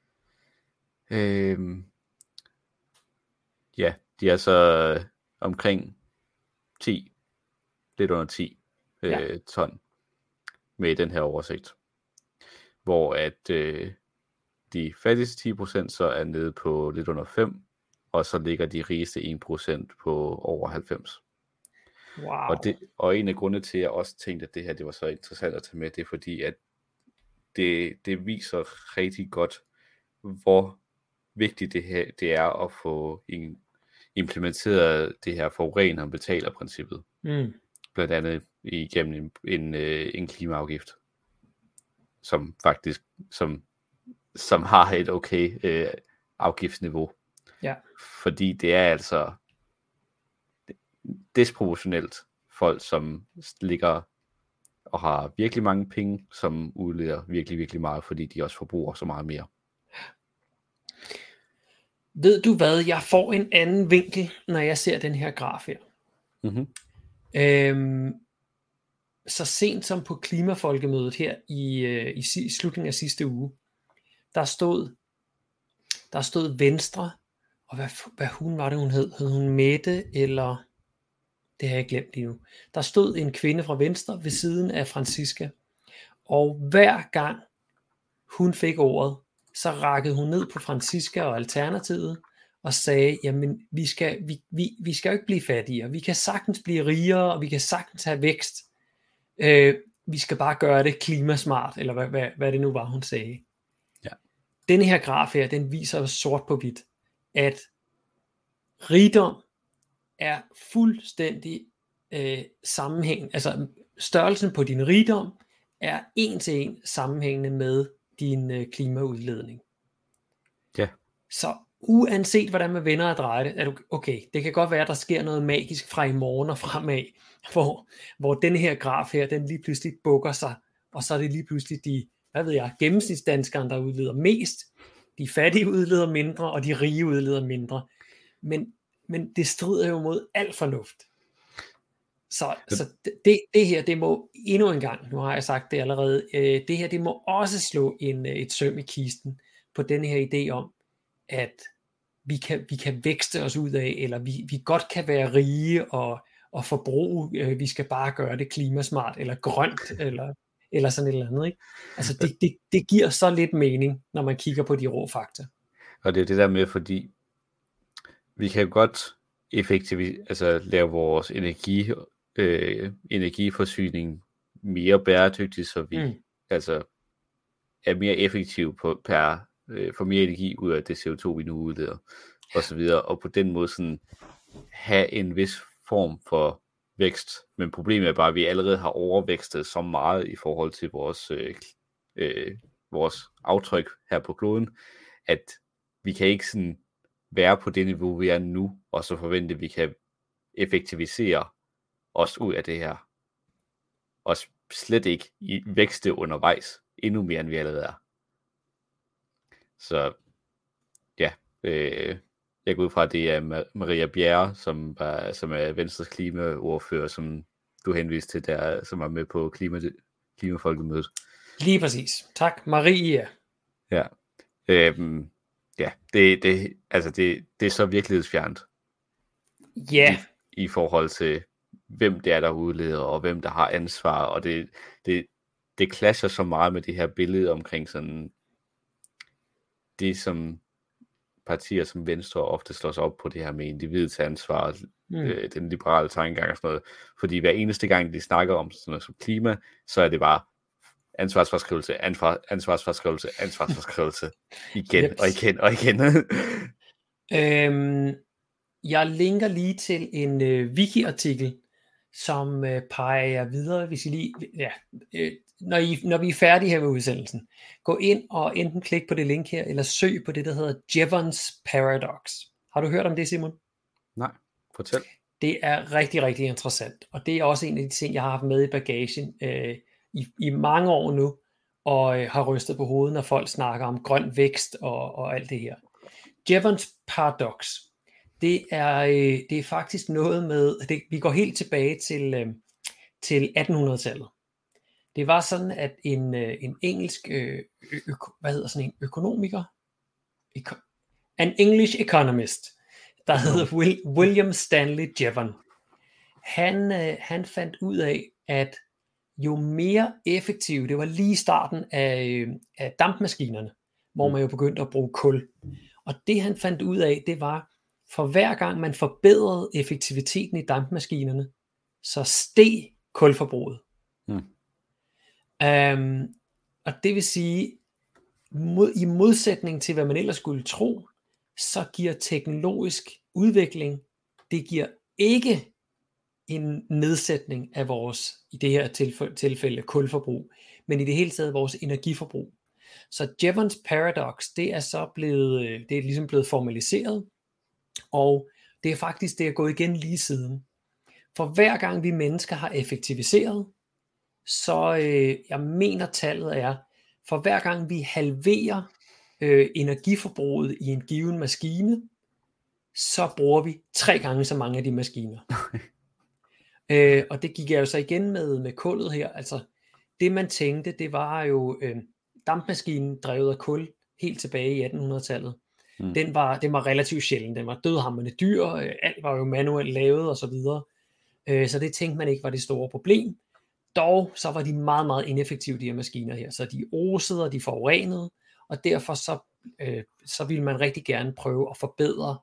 de er så omkring 10, lidt under 10 ton med den her oversigt. Hvor at de fattigste 10% så er nede på lidt under 5, og så ligger de rigeste 1% på over 90. Wow. Og en af grundene til, at jeg også tænkte, at det her det var så interessant at tage med, det er fordi, at det viser rigtig godt, hvor vigtigt det er at få implementeret det her forurener betaler princippet. Blandt andet igennem en klimaafgift, som faktisk som har et okay afgiftsniveau. Ja. Fordi det er altså disproportionelt folk, som ligger og har virkelig mange penge, som udleder virkelig, virkelig meget, fordi de også forbruger så meget mere. Ved du hvad, jeg får en anden vinkel, når jeg ser den her graf her. Så sent som på klimafolkemødet her i slutningen af sidste uge, der stod Venstre, og hvad hun var det, hun hed? Hed hun Mette, eller det har jeg glemt lige nu. Der stod en kvinde fra Venstre ved siden af Franziska, og hver gang hun fik ordet, så rakkede hun ned på Franziska og Alternativet, og sagde, jamen vi skal jo ikke blive fattigere, vi kan sagtens blive rigere, og vi kan sagtens have vækst, vi skal bare gøre det klimasmart, eller hvad det nu var, hun sagde. Ja. Denne her graf her, den viser sort på hvidt, at rigdom er fuldstændig sammenhængende, altså størrelsen på din rigdom er 1-til-1 sammenhængende med din klimaudledning. Ja. Så uanset hvordan man vender og drejer det, er du okay, det kan godt være, at der sker noget magisk fra i morgen og fremad, hvor den her graf her, den lige pludselig bukker sig, og så er det lige pludselig de, gennemsnitsdanskerne, der udleder mest, de fattige udleder mindre, og de rige udleder mindre. Men det strider jo mod al fornuft. Så det her, det må endnu en gang, nu har jeg sagt det allerede, det her, det må også slå et søm i kisten på den her idé om, at vi kan vækste os ud af, eller vi godt kan være rige og forbruge, vi skal bare gøre det klimasmart, eller grønt, eller sådan et eller andet, ikke? Altså det giver så lidt mening, når man kigger på de rå fakta. Og det er det der med, fordi vi kan godt lave vores energiforsyning mere bæredygtig, så vi altså er mere effektive får mere energi ud af det CO2, vi nu udleder, og så videre, og på den måde sådan have en vis form for vækst. Men problemet er bare, at vi allerede har overvækstet så meget i forhold til vores aftryk her på kloden, at vi kan ikke sådan være på det niveau, vi er nu, og så forvente, at vi kan effektivisere os ud af det her. Og slet ikke vækste undervejs, endnu mere end vi allerede er. Så ja, jeg går ud fra, at det er Maria Bjerre, som er Venstres klimaordfører, som du henviste til der, som var med på klimafolkemødet. Lige præcis. Tak, Maria. Ja. Ja, det er så virkelighedsfjernt. Ja. I forhold til, hvem det er, der udleder, og hvem der har ansvar, og det clasher så meget med det her billede omkring sådan, det som partier som Venstre ofte slår sig op på det her med individets ansvar, den liberale tankegang og sådan noget, fordi hver eneste gang de snakker om sådan noget som klima, så er det bare ansvarsfraskrivelse igen og igen og igen. Jeg linker lige til en wiki-artikel, som peger jer videre, hvis I lige, når vi er færdige her med udsendelsen. Gå ind og enten klik på det link her, eller søg på det, der hedder Jevons Paradox. Har du hørt om det, Simon? Nej, fortæl. Det er rigtig, rigtig interessant, og det er også en af de ting, jeg har haft med i bagagen i mange år nu, og har rystet på hovedet, når folk snakker om grøn vækst og alt det her. Jevons Paradox, det er faktisk noget med, vi går helt tilbage til 1800-tallet. Det var sådan, at en engelsk økonomiker, an English economist, der hedder William Stanley Jevon, han fandt ud af, at jo mere effektiv, det var lige starten af dampmaskinerne, hvor man jo begyndte at bruge kul. Og det han fandt ud af, det var, for hver gang man forbedrede effektiviteten i dampmaskinerne, så steg kulforbruget. Og det vil sige, i modsætning til hvad man ellers skulle tro, så giver teknologisk udvikling, det giver ikke en nedsætning af vores, i det her tilfælde kulforbrug, men i det hele taget vores energiforbrug. Så Jevons Paradox, det er ligesom blevet formaliseret, og det er faktisk det er gået igen lige siden. For hver gang vi mennesker har effektiviseret, så jeg mener tallet er, for hver gang vi halverer energiforbruget i en given maskine, så bruger vi 3 gange så mange af de maskiner. Og det gik jeg jo så igen med kullet her. Altså det man tænkte, det var jo dampmaskinen drevet af kul helt tilbage i 1800-tallet. Den var relativt sjælden. Den var dødhamrende dyr. Alt var jo manuelt lavet og så videre. Så det tænkte man ikke var det store problem. Dog så var de meget, meget ineffektive, de her maskiner her. Så de osede og de forurenede, og derfor så ville man rigtig gerne prøve at forbedre,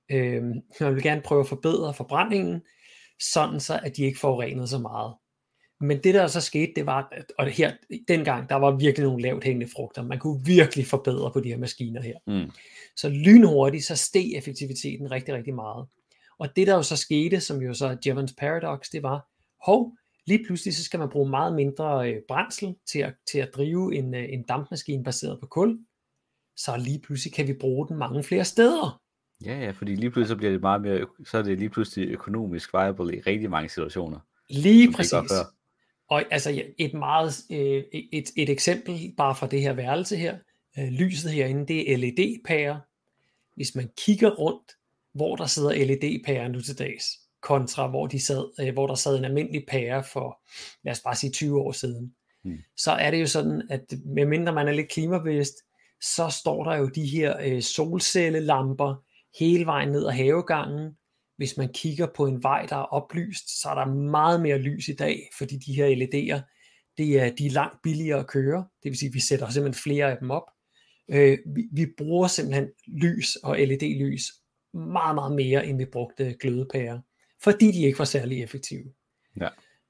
forbrændingen, sådan så at de ikke forurenede så meget. Men det der så skete, det var, og her dengang, der var virkelig nogle lavt hængende frugter. Man kunne virkelig forbedre på de her maskiner her. Så lynhurtigt, så steg effektiviteten rigtig, rigtig meget. Og det der jo så skete, som jo så er Jevons Paradox, det var, lige pludselig så skal man bruge meget mindre brændsel til at drive en dampmaskine baseret på kul. Så lige pludselig kan vi bruge den mange flere steder. Ja, fordi lige pludselig så bliver det meget mere, så er det lige pludselig økonomisk viable i rigtig mange situationer. Lige præcis. Og altså et eksempel bare fra det her værelse her, lyset herinde, det er LED-pærer. Hvis man kigger rundt, hvor der sidder LED-pærer nu til dags, kontra hvor der sad en almindelig pære for, lad os bare sige 20 år siden. Så er det jo sådan, at medmindre man er lidt klimabevidst, så står der jo de her solcellelamper hele vejen ned ad havegangen. Hvis man kigger på en vej, der er oplyst, så er der meget mere lys i dag, fordi de her LED'er, de er langt billigere at køre. Det vil sige, at vi sætter simpelthen flere af dem op. Vi bruger simpelthen lys og LED-lys meget, meget mere, end vi brugte glødepærer, fordi de ikke var særlig effektive. Ja.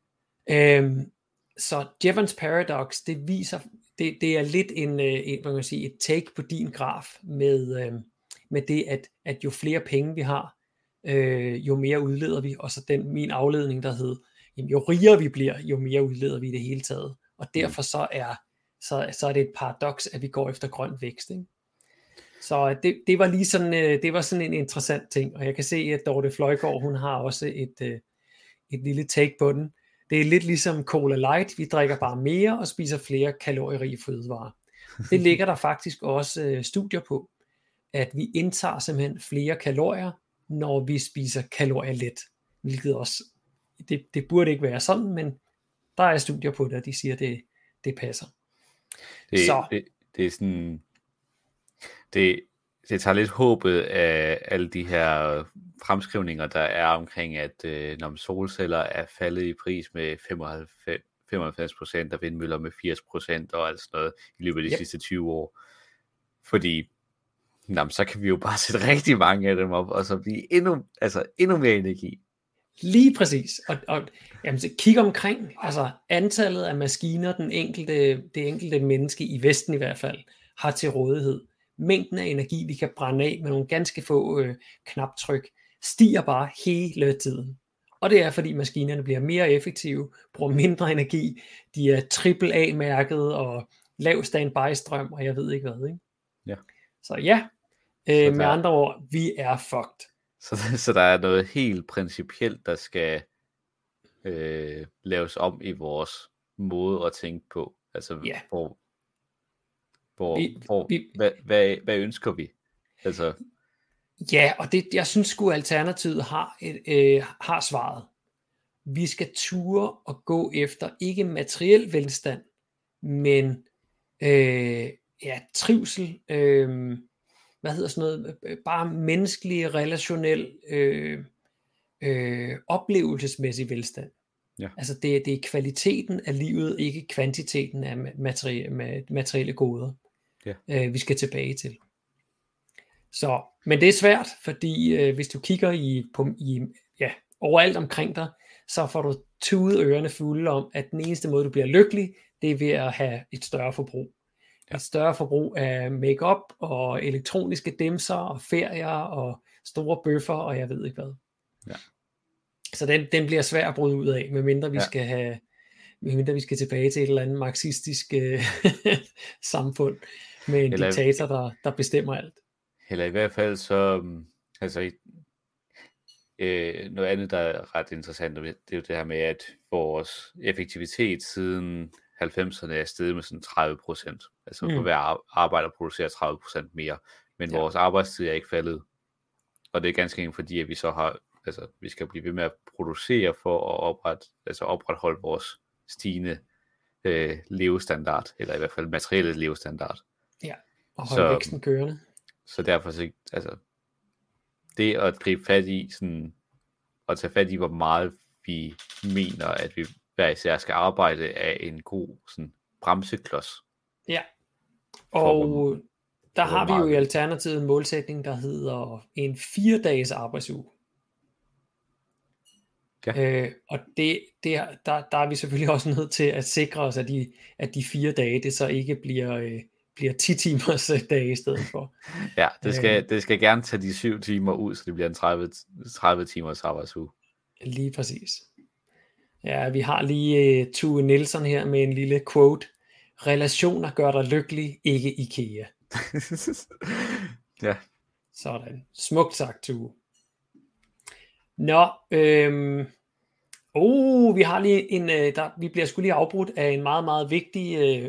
Så Jevons Paradox, det viser, det er lidt et take på din graf med det, at jo flere penge vi har, jo mere udleder vi, og så min afledning, der hed, jo rigere vi bliver, jo mere udleder vi i det hele taget. Og derfor så er det et paradoks, at vi går efter grøn vækst, ikke? Så det var lige sådan, det var sådan en interessant ting, og jeg kan se, at Dorte Fløjgaard, hun har også et lille take på den. Det er lidt ligesom Cola Light, vi drikker bare mere og spiser flere kalorierige fødevarer. Det ligger der faktisk også studier på, at vi indtager simpelthen flere kalorier, når vi spiser kalorier let, hvilket også, det burde ikke være sådan, men der er studier på det, og de siger, at det passer. Det er sådan, det tager lidt håbet af alle de her fremskrivninger, der er omkring, at når solceller er faldet i pris med 95% og vindmøller med 80% og alt sådan noget i løbet af de sidste 20 år. Fordi så kan vi jo bare sætte rigtig mange af dem op, og så blive endnu mere energi. Lige præcis. Og jamen, så kig omkring, altså antallet af maskiner, det enkelte menneske i Vesten i hvert fald, har til rådighed. Mængden af energi, vi kan brænde af med nogle ganske få knaptryk, stiger bare hele tiden. Og det er, fordi maskinerne bliver mere effektive, bruger mindre energi, de er AAA-mærket og lav standby-strøm, og jeg ved ikke hvad, ikke? Ja. Så ja, med andre ord, vi er fucked. Så der er noget helt principielt, der skal laves om i vores måde at tænke på. Altså, hvad ønsker vi? Altså. Ja, og jeg synes sgu, Alternativet har svaret. Vi skal ture og gå efter ikke materiel velstand, men trivsel, bare menneskelig, relationel, oplevelsesmæssig velstand. Ja. Altså det er kvaliteten af livet, ikke kvantiteten af materielle goder, vi skal tilbage til. Så, men det er svært, fordi hvis du kigger overalt omkring dig, så får du tudet ørerne fulde om, at den eneste måde, du bliver lykkelig, det er ved at have et større forbrug. Et større forbrug af make-up og elektroniske dimser og ferier og store bøffer og jeg ved ikke hvad. Ja. Så den bliver svær at bryde ud af, medmindre vi skal tilbage til et eller andet marxistisk samfund med en diktator, der bestemmer alt. Eller i hvert fald så, noget andet, der er ret interessant, det er jo det her med, at vores effektivitet siden 90'erne er steget med sådan 30%. Altså for hver arbejder producerer 30% mere, men vores arbejdstid er ikke faldet. Og det er ganske enkelt fordi, at vi så har, vi skal blive ved med at producere for at opretholde vores stigende levestandard, eller i hvert fald materielle levestandard. Ja, og holde væksten kørende. Så derfor det at gribe fat i sådan, og tage fat i, hvor meget vi mener, at vi hver især skal arbejde af en god sådan bremseklods. Ja. Og der har vi jo i Alternativet en målsætning, der hedder en 4-dages arbejdsuge. Ja. Og der er vi selvfølgelig også nødt til at sikre os, at de 4 dage, det så ikke bliver 10 timers dage i stedet for. Ja, det skal gerne tage de 7 timer ud, så det bliver en 30 timers arbejdsuge. Lige præcis. Ja, vi har lige Tue Nielsen her med en lille quote. Relationer gør dig lykkelig, ikke IKEA. Ja. Sådan. Smukt sagt, Tue. Nå, vi har lige vi bliver sgu lige afbrudt af en meget, meget vigtig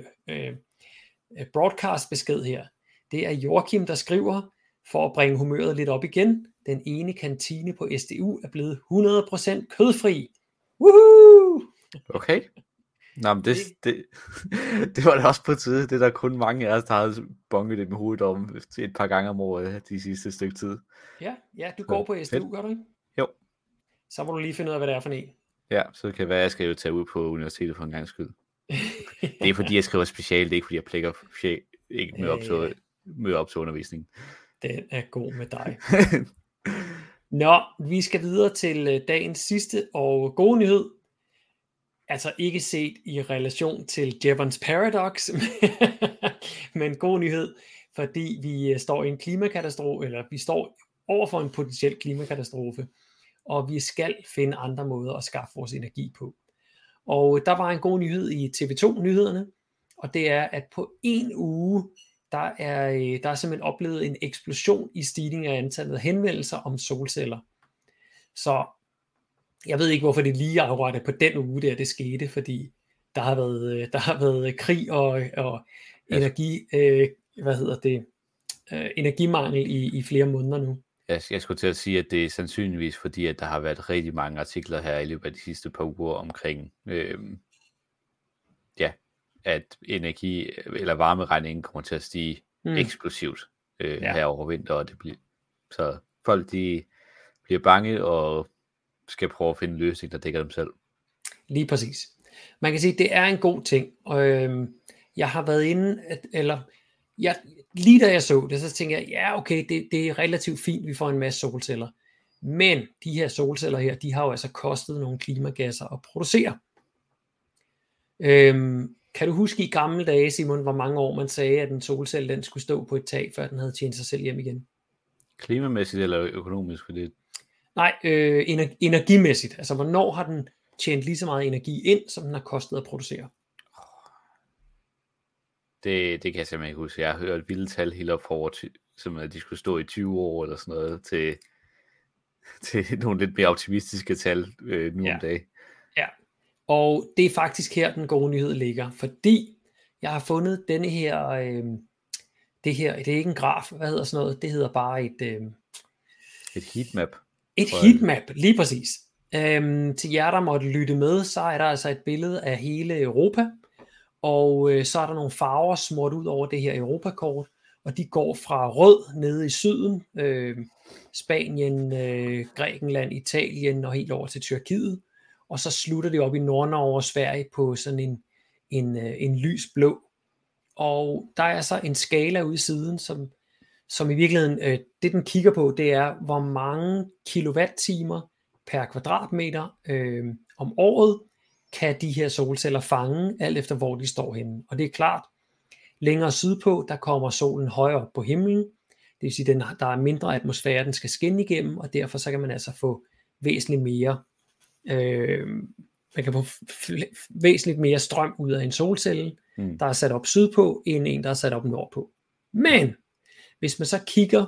broadcast besked her. Det er Joachim, der skriver, for at bringe humøret lidt op igen. den ene kantine på SDU er blevet 100% kødfri. Woohoo! Okay. Nå, men det var da også på tide. Det er der kun mange af os, der har bonget det med hovedet om et par gange om året de sidste stykke tid. Ja, du går på SDU, gør du ikke? Jo. Så må du lige finde ud af, hvad det er for en. Ja, så kan det være, at jeg skal jo tage ud på universitetet for en gang skyld. Det er fordi, jeg skriver special, det er ikke fordi, jeg plekker ikke møder op til undervisningen. Den er god med dig. Nå, vi skal videre til dagens sidste og gode nyhed. Altså ikke set i relation til Jevons Paradox, men god nyhed, fordi vi står i en klimakatastrofe, eller vi står over for en potentiel klimakatastrofe, og vi skal finde andre måder at skaffe vores energi på. Og der var en god nyhed i TV2-nyhederne, og det er, at på en uge, der er simpelthen oplevet en eksplosion i stigning af antallet af henvendelser om solceller. Så jeg ved ikke, hvorfor det lige afrettet på den uge, det skete, fordi der har været krig og energimangel i flere måneder nu. Jeg skulle til at sige, at det er sandsynligvis fordi, at der har været rigtig mange artikler her i løbet af de sidste par uger omkring, at energi- eller varmeregningen kommer til at stige eksplosivt her over vinter, og så folk de bliver bange og skal prøve at finde en løsning, der dækker dem selv. Lige præcis. Man kan sige, at det er en god ting, og jeg har været inde, lige da jeg så det, så tænkte jeg, ja okay, det er relativt fint, vi får en masse solceller, men de her solceller her, de har jo altså kostet nogle klimagasser at producere. Kan du huske i gamle dage, Simon, hvor mange år man sagde, at en solcelle den skulle stå på et tag, før den havde tjent sig selv hjem igen? Klimamæssigt eller økonomisk? Fordi... Nej, energimæssigt. Altså, hvornår har den tjent lige så meget energi ind, som den har kostet at producere? Det kan jeg simpelthen ikke huske. Jeg har hørt vilde tal helt op over, som at de skulle stå i 20 år eller sådan noget, til nogle lidt mere optimistiske tal nu om dagen. Ja, og det er faktisk her, den gode nyhed ligger, fordi jeg har fundet denne her, det er ikke en graf, hvad hedder sådan noget, det hedder bare et heatmap. Et heatmap, lige præcis. Til jer, der måtte lytte med, så er der altså et billede af hele Europa, og så er der nogle farver smurt ud over det her Europakort, og de går fra rød nede i syden, Spanien, Grækenland, Italien og helt over til Tyrkiet, og så slutter det op i Nord-Norge og Sverige på sådan en lys blå. Og der er så en skala ude i siden, som i virkeligheden, det den kigger på, det er, hvor mange kilowatt-timer per kvadratmeter om året, kan de her solceller fange, alt efter hvor de står henne. Og det er klart, længere sydpå, der kommer solen højere op på himlen, det vil sige, der er mindre atmosfære, den skal skinne igennem, og derfor så kan man altså få væsentligt mere, man kan få væsentligt mere strøm ud af en solcelle, der er sat op sydpå, end en, der er sat op nordpå. Men, hvis man så kigger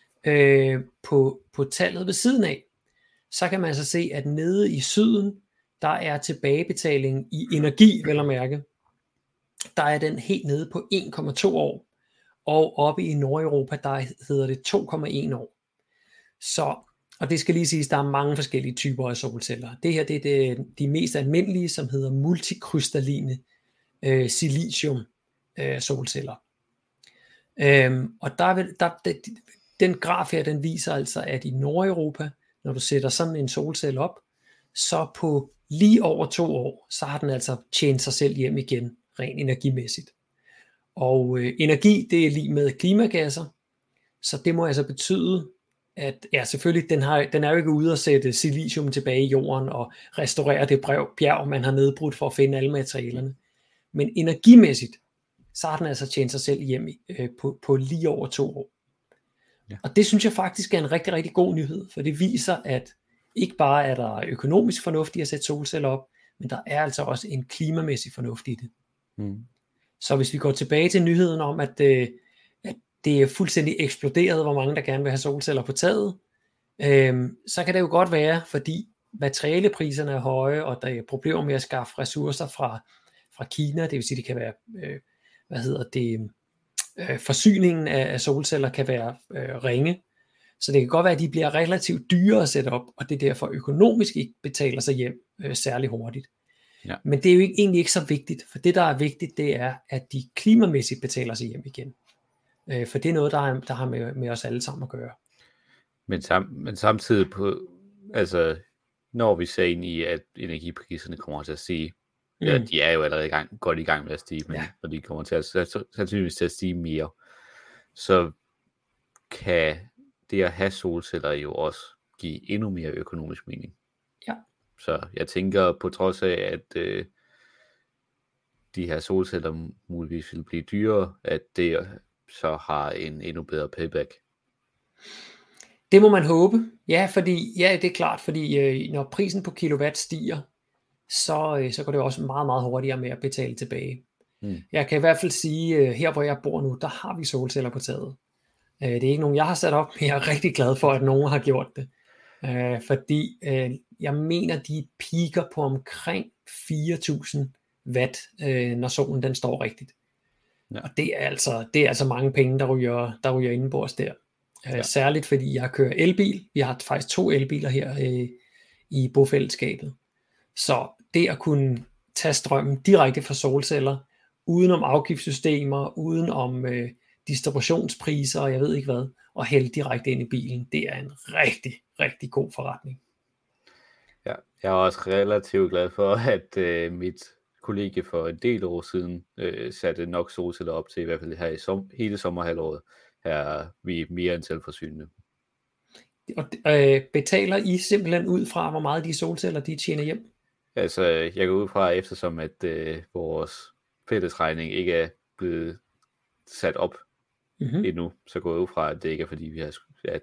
på tallet ved siden af, så kan man altså se, at nede i syden, der er tilbagebetaling i energi, vel at mærke. Der er den helt nede på 1,2 år, og oppe i Nordeuropa, der hedder det 2,1 år. Så, og det skal lige siges, der er mange forskellige typer af solceller. Det her det er de mest almindelige, som hedder multikrystalline silicium solceller. Og den graf her, den viser altså, at i Nordeuropa, når du sætter sådan en solcelle op, så på lige over 2 år, så har den altså tjent sig selv hjem igen, rent energimæssigt. Og energi, det er lige med klimagasser, så det må altså betyde, at ja, selvfølgelig, den er jo ikke ude at sætte silicium tilbage i jorden og restaurere det bjerg, man har nedbrudt for at finde alle materialerne. Men energimæssigt, så har den altså tjent sig selv hjem på lige over 2 år. Ja. Og det synes jeg faktisk er en rigtig, rigtig god nyhed, for det viser, at ikke bare er der økonomisk fornuft i at sætte solceller op, men der er altså også en klimamæssig fornuft i det. Så hvis vi går tilbage til nyheden om, at det er fuldstændig eksploderet, hvor mange der gerne vil have solceller på taget, så kan det jo godt være, fordi materialepriserne er høje, og der er problemer med at skaffe ressourcer fra Kina, det vil sige, det kan være, forsyningen af solceller kan være ringe, Så det kan godt være, at de bliver relativt dyre at sætte op, og det derfor økonomisk ikke betaler sig hjem særlig hurtigt. Ja. Men det er jo egentlig ikke så vigtigt, for det der er vigtigt, det er, at de klimamæssigt betaler sig hjem igen. For det er noget, der har med os alle sammen at gøre. Men samtidig altså, når vi ser ind i, at energipriserne kommer til at stige, ja, de er jo allerede godt i gang med at stige, men når de kommer til sandsynligvis til at stige mere, så kan det at have solceller jo også give endnu mere økonomisk mening. Ja. Så jeg tænker, på trods af, at de her solceller muligvis vil blive dyrere, at det så har en endnu bedre payback. Det må man håbe. Ja, det er klart, fordi når prisen på kilowatt stiger, så går det også meget, meget hurtigere med at betale tilbage. Jeg kan i hvert fald sige, her hvor jeg bor nu, der har vi solceller på taget. Det er ikke nogen, jeg har sat op, men jeg er rigtig glad for, at nogen har gjort det. Fordi jeg mener, de peaker på omkring 4.000 watt, når solen den står rigtigt. Ja. Og det er altså mange penge, der ryger indenbords der. Særligt fordi jeg kører elbil. Vi har faktisk 2 elbiler her i bofællesskabet. Så det at kunne tage strømmen direkte fra solceller, uden om afgiftssystemer, uden om distributionspriser og jeg ved ikke hvad, og hælde direkte ind i bilen, det er en rigtig, rigtig god forretning. Ja, jeg er også relativt glad for, at mit kollega for en del år siden satte nok solceller op til i hvert fald her i hele sommerhalvåret. Her er vi mere end selvforsynende. Og betaler I simpelthen ud fra, hvor meget de solceller de tjener hjem? Altså, jeg går ud fra, eftersom at vores fællesregning ikke er blevet sat op endnu, så går jeg ud fra, at det ikke er fordi, vi har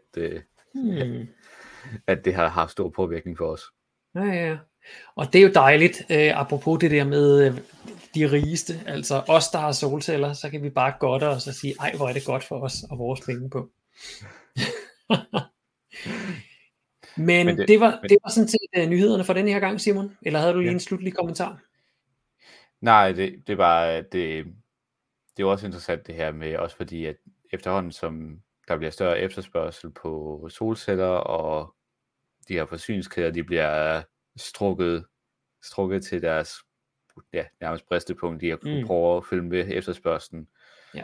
at det har haft stor påvirkning for os. Ja. Og det er jo dejligt, apropos det der med de rigeste, altså os, der har solceller, så kan vi bare godte os og sige, ej, hvor er det godt for os og vores penge på. Men det var sådan set nyhederne for denne her gang, Simon. Eller havde du lige en slutlig kommentar? Nej, det var det er også interessant det her med, også fordi at efterhånden som der bliver større efterspørgsel på solceller, og de her forsyningskæder, de bliver strukket til deres nærmest bristepunkt i at kunne prøve at følge med efterspørgselen. Ja.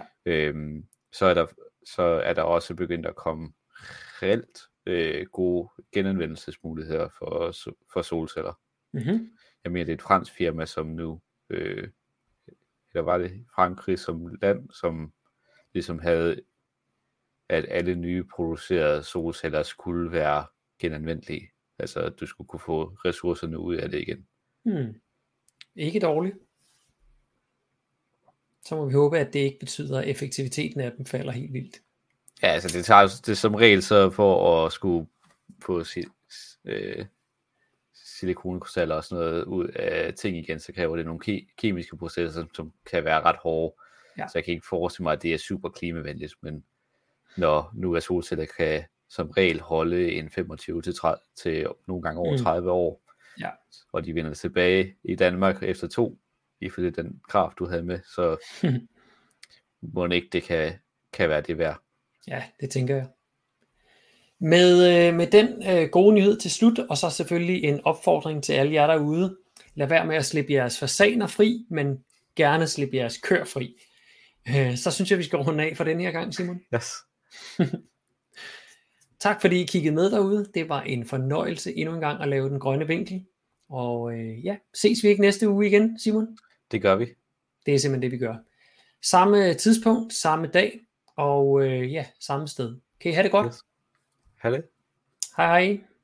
Så er der også begyndt at komme reelt gode genanvendelsesmuligheder for solceller. Jeg mener, det er et fransk firma, som nu eller var det Frankrig som land, som ligesom havde, at alle nye producerede solceller skulle være genanvendelige. Altså, at du skulle kunne få ressourcerne ud af det igen. Ikke dårligt. Så må vi håbe, at det ikke betyder, at effektiviteten af dem falder helt vildt. Ja, altså det tager det som regel så for at skulle få silikonekrystaller og sådan noget ud af ting igen, så kræver det nogle kemiske processer, som kan være ret hårde. Ja. Så jeg kan ikke forestille mig, at det er super klimavenligt, men når nu er solceller kan som regel holde en 25 til nogle gange over 30 år, og de vender tilbage i Danmark efter 2, ifølge den kraft, du havde med, så må ikke det kan være det værd. Ja, det tænker jeg. Med den gode nyhed til slut, og så selvfølgelig en opfordring til alle jer derude. Lad være med at slippe jeres fasaner fri, men gerne slippe jeres køer fri. Så synes jeg, vi skal runde af for den her gang, Simon. Yes. Tak fordi I kiggede med derude. Det var en fornøjelse endnu en gang at lave den grønne vinkel. Og ses vi ikke næste uge igen, Simon? Det gør vi. Det er simpelthen det, vi gør. Samme tidspunkt, samme dag, og samme sted. Kan I have det godt? Yes. Hej. Hej.